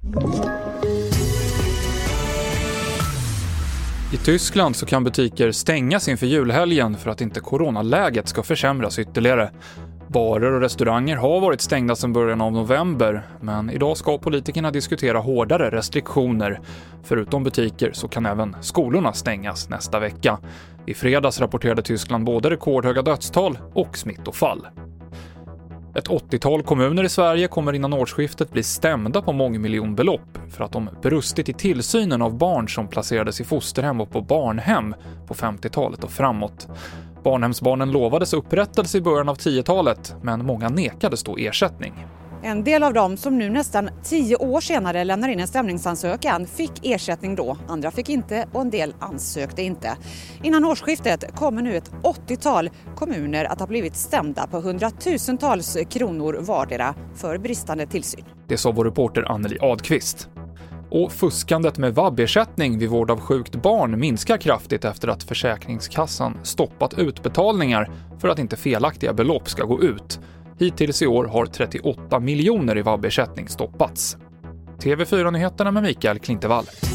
I Tyskland så kan butiker stängas inför julhelgen för att inte coronaläget ska försämras ytterligare. Barer och restauranger har varit stängda sedan början av november, men idag ska politikerna diskutera hårdare restriktioner. Förutom butiker så kan även skolorna stängas nästa vecka. I fredags rapporterade Tyskland både rekordhöga dödstal och smittofall. Ett 80-tal kommuner i Sverige kommer innan årsskiftet bli stämda på mångmiljonbelopp för att de brustit i tillsynen av barn som placerades i fosterhem och på barnhem på 50-talet och framåt. Barnhemsbarnen lovades upprättelse i början av 10-talet, men många nekades då ersättning. En del av dem som nu nästan 10 år senare lämnar in en stämningsansökan fick ersättning då, andra fick inte och en del ansökte inte. Innan årsskiftet kommer nu ett 80-tal kommuner att ha blivit stämda på hundratusentals kronor vardera för bristande tillsyn. Det sa vår reporter Anneli Adqvist. Och fuskandet med vab-ersättning vid vård av sjukt barn minskar kraftigt efter att Försäkringskassan stoppat utbetalningar för att inte felaktiga belopp ska gå ut. Hittills i år har 38 miljoner i vab-ersättning stoppats. TV4-nyheterna med Mikael Klintevall.